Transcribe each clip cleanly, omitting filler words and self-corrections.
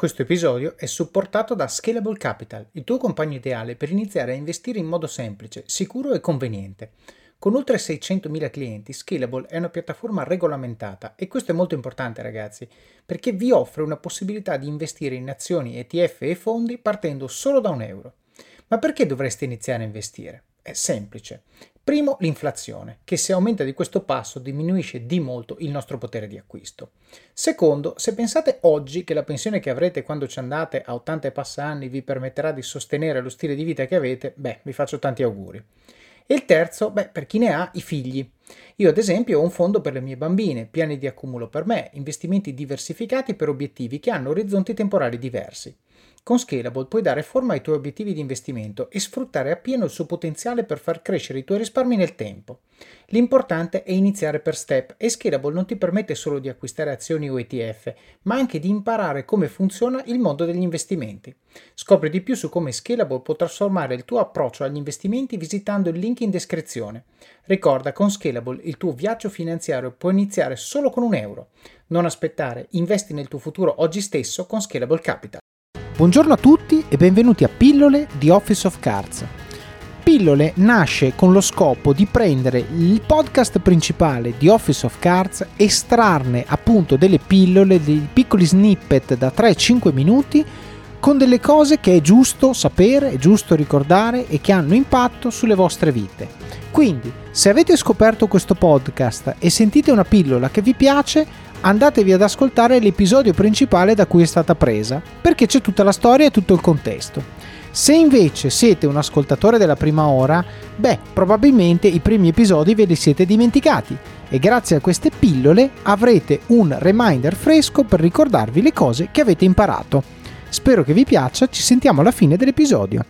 Questo episodio è supportato da Scalable Capital, il tuo compagno ideale per iniziare a investire in modo semplice, sicuro e conveniente. Con oltre 600.000 clienti, Scalable è una piattaforma regolamentata e questo è molto importante, ragazzi, perché vi offre una possibilità di investire in azioni, ETF e fondi partendo solo da €1. Ma perché dovreste iniziare a investire? È semplice. Primo, l'inflazione, che se aumenta di questo passo diminuisce di molto il nostro potere di acquisto. Secondo, se pensate oggi che la pensione che avrete quando ci andate a 80 e passa anni vi permetterà di sostenere lo stile di vita che avete, vi faccio tanti auguri. E il terzo, per chi ne ha, i figli. Io ad esempio ho un fondo per le mie bambine, piani di accumulo per me, investimenti diversificati per obiettivi che hanno orizzonti temporali diversi. Con Scalable puoi dare forma ai tuoi obiettivi di investimento e sfruttare appieno il suo potenziale per far crescere i tuoi risparmi nel tempo. L'importante è iniziare per step e Scalable non ti permette solo di acquistare azioni o ETF, ma anche di imparare come funziona il mondo degli investimenti. Scopri di più su come Scalable può trasformare il tuo approccio agli investimenti visitando il link in descrizione. Ricorda, con Scalable il tuo viaggio finanziario può iniziare solo con €1. Non aspettare, investi nel tuo futuro oggi stesso con Scalable Capital. Buongiorno a tutti e benvenuti a Pillole di Office of Cards. Pillole nasce con lo scopo di prendere il podcast principale di Office of Cards, estrarne appunto delle pillole, dei piccoli snippet da 3-5 minuti con delle cose che è giusto sapere, è giusto ricordare e che hanno impatto sulle vostre vite. Quindi, se avete scoperto questo podcast e sentite una pillola che vi piace, andatevi ad ascoltare l'episodio principale da cui è stata presa, perché c'è tutta la storia e tutto il contesto. Se invece siete un ascoltatore della prima ora, probabilmente i primi episodi ve li siete dimenticati e grazie a queste pillole avrete un reminder fresco per ricordarvi le cose che avete imparato. Spero che vi piaccia, ci sentiamo alla fine dell'episodio.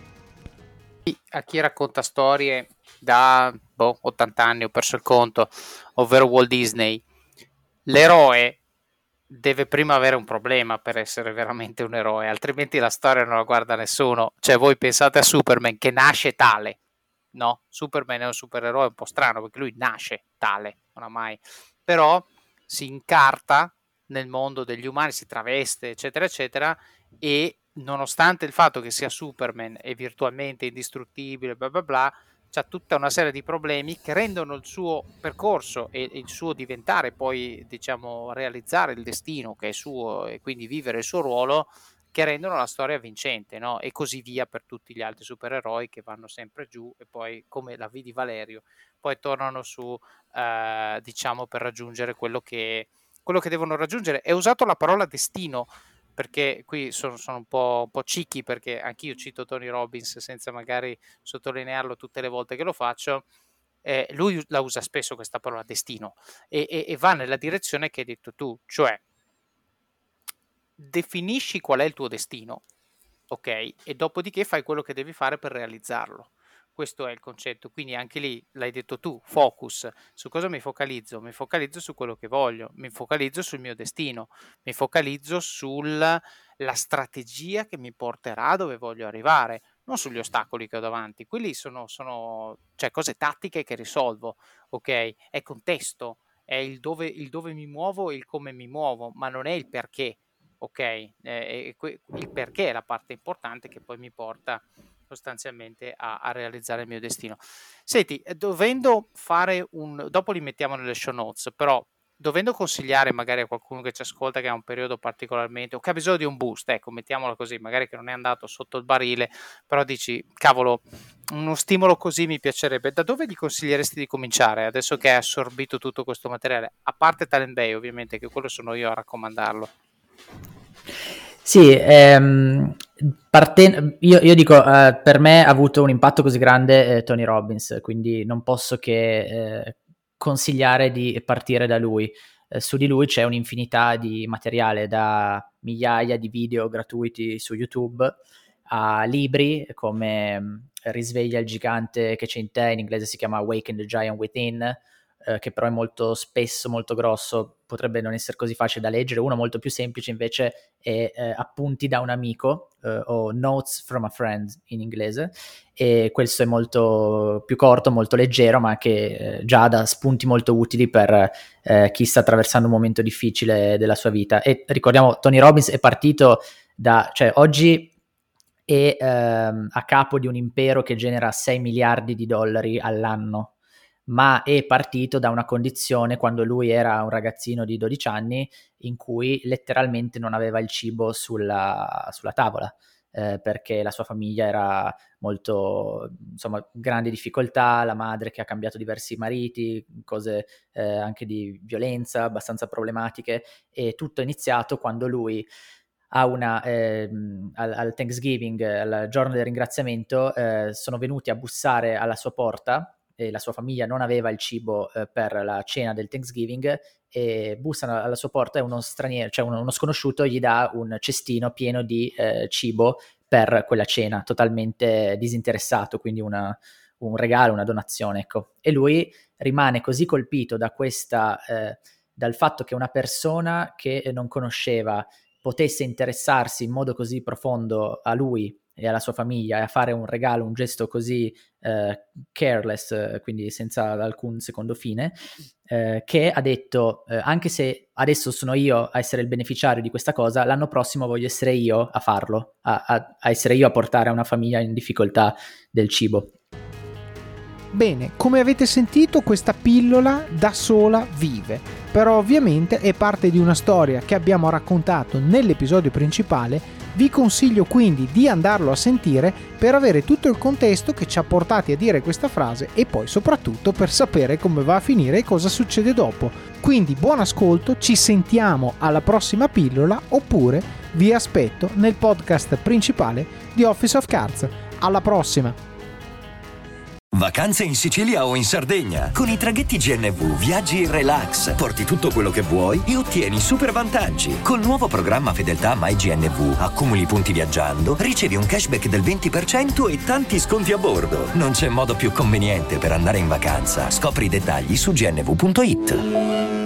A chi racconta storie da 80 anni, ho perso il conto, ovvero Walt Disney, l'eroe deve prima avere un problema per essere veramente un eroe, altrimenti la storia non la guarda nessuno. Cioè, voi pensate a Superman che nasce tale, no? Superman è un supereroe un po' strano perché lui nasce tale, non ha mai, però si incarta nel mondo degli umani, si traveste, eccetera eccetera, e nonostante il fatto che sia Superman è virtualmente indistruttibile, bla bla bla, c'ha tutta una serie di problemi che rendono il suo percorso e il suo diventare poi, diciamo, realizzare il destino che è suo e quindi vivere il suo ruolo, che rendono la storia vincente, no? E così via per tutti gli altri supereroi che vanno sempre giù e poi, come la V di Valerio, poi tornano su, diciamo, per raggiungere quello che devono raggiungere. È usato la parola destino perché qui sono un po' cicchi, perché anch'io cito Tony Robbins senza magari sottolinearlo tutte le volte che lo faccio. Lui la usa spesso questa parola destino e va nella direzione che hai detto tu, cioè definisci qual è il tuo destino, ok? E dopodiché fai quello che devi fare per realizzarlo. Questo è il concetto, quindi anche lì l'hai detto tu, focus. Su cosa mi focalizzo? Mi focalizzo su quello che voglio, mi focalizzo sul mio destino, mi focalizzo sulla strategia che mi porterà dove voglio arrivare, non sugli ostacoli che ho davanti. Quelli sono cioè, cose tattiche che risolvo, ok? È contesto, è il dove mi muovo e il come mi muovo, ma non è il perché, ok? Il perché è la parte importante che poi mi porta sostanzialmente a realizzare il mio destino. Senti, dovendo fare dopo li mettiamo nelle show notes, però dovendo consigliare magari a qualcuno che ci ascolta che ha un periodo particolarmente o che ha bisogno di un boost, ecco, mettiamolo così, magari che non è andato sotto il barile, però dici, cavolo, uno stimolo così mi piacerebbe, da dove gli consiglieresti di cominciare adesso che hai assorbito tutto questo materiale? A parte Talent Bay, ovviamente, che quello sono io a raccomandarlo. Sì, io dico, per me ha avuto un impatto così grande Tony Robbins, quindi non posso che consigliare di partire da lui. Su di lui c'è un'infinità di materiale, da migliaia di video gratuiti su YouTube a libri come Risveglia il gigante che c'è in te, in inglese si chiama Awaken the Giant Within, che però è molto spesso, molto grosso, potrebbe non essere così facile da leggere. Uno molto più semplice invece è Appunti da un amico, o Notes from a Friend in inglese, e questo è molto più corto, molto leggero, ma che già dà spunti molto utili per chi sta attraversando un momento difficile della sua vita. E ricordiamo, Tony Robbins è partito cioè oggi è a capo di un impero che genera 6 miliardi di dollari all'anno, ma è partito da una condizione quando lui era un ragazzino di 12 anni in cui letteralmente non aveva il cibo sulla tavola, perché la sua famiglia era molto, insomma, grandi difficoltà, la madre che ha cambiato diversi mariti, cose anche di violenza abbastanza problematiche, e tutto è iniziato quando lui al Thanksgiving, al giorno del ringraziamento, sono venuti a bussare alla sua porta e la sua famiglia non aveva il cibo per la cena del Thanksgiving, e bussano alla sua porta e uno straniero, cioè uno sconosciuto, gli dà un cestino pieno di cibo per quella cena, totalmente disinteressato, quindi un regalo, una donazione, ecco. E lui rimane così colpito da dal fatto che una persona che non conosceva potesse interessarsi in modo così profondo a lui e alla sua famiglia e a fare un regalo, un gesto così careless, quindi senza alcun secondo fine, che ha detto anche se adesso sono io a essere il beneficiario di questa cosa, l'anno prossimo voglio essere io a farlo, a essere io a portare a una famiglia in difficoltà del cibo. Bene, come avete sentito, questa pillola da sola vive, però ovviamente è parte di una storia che abbiamo raccontato nell'episodio principale. Vi consiglio quindi di andarlo a sentire per avere tutto il contesto che ci ha portati a dire questa frase e poi soprattutto per sapere come va a finire e cosa succede dopo. Quindi buon ascolto, ci sentiamo alla prossima pillola oppure vi aspetto nel podcast principale di Office of Cards. Alla prossima! Vacanze in Sicilia o in Sardegna. Con i traghetti GNV viaggi in relax, porti tutto quello che vuoi e ottieni super vantaggi. Col nuovo programma Fedeltà MyGNV accumuli punti viaggiando, ricevi un cashback del 20% e tanti sconti a bordo. Non c'è modo più conveniente per andare in vacanza. Scopri i dettagli su gnv.it.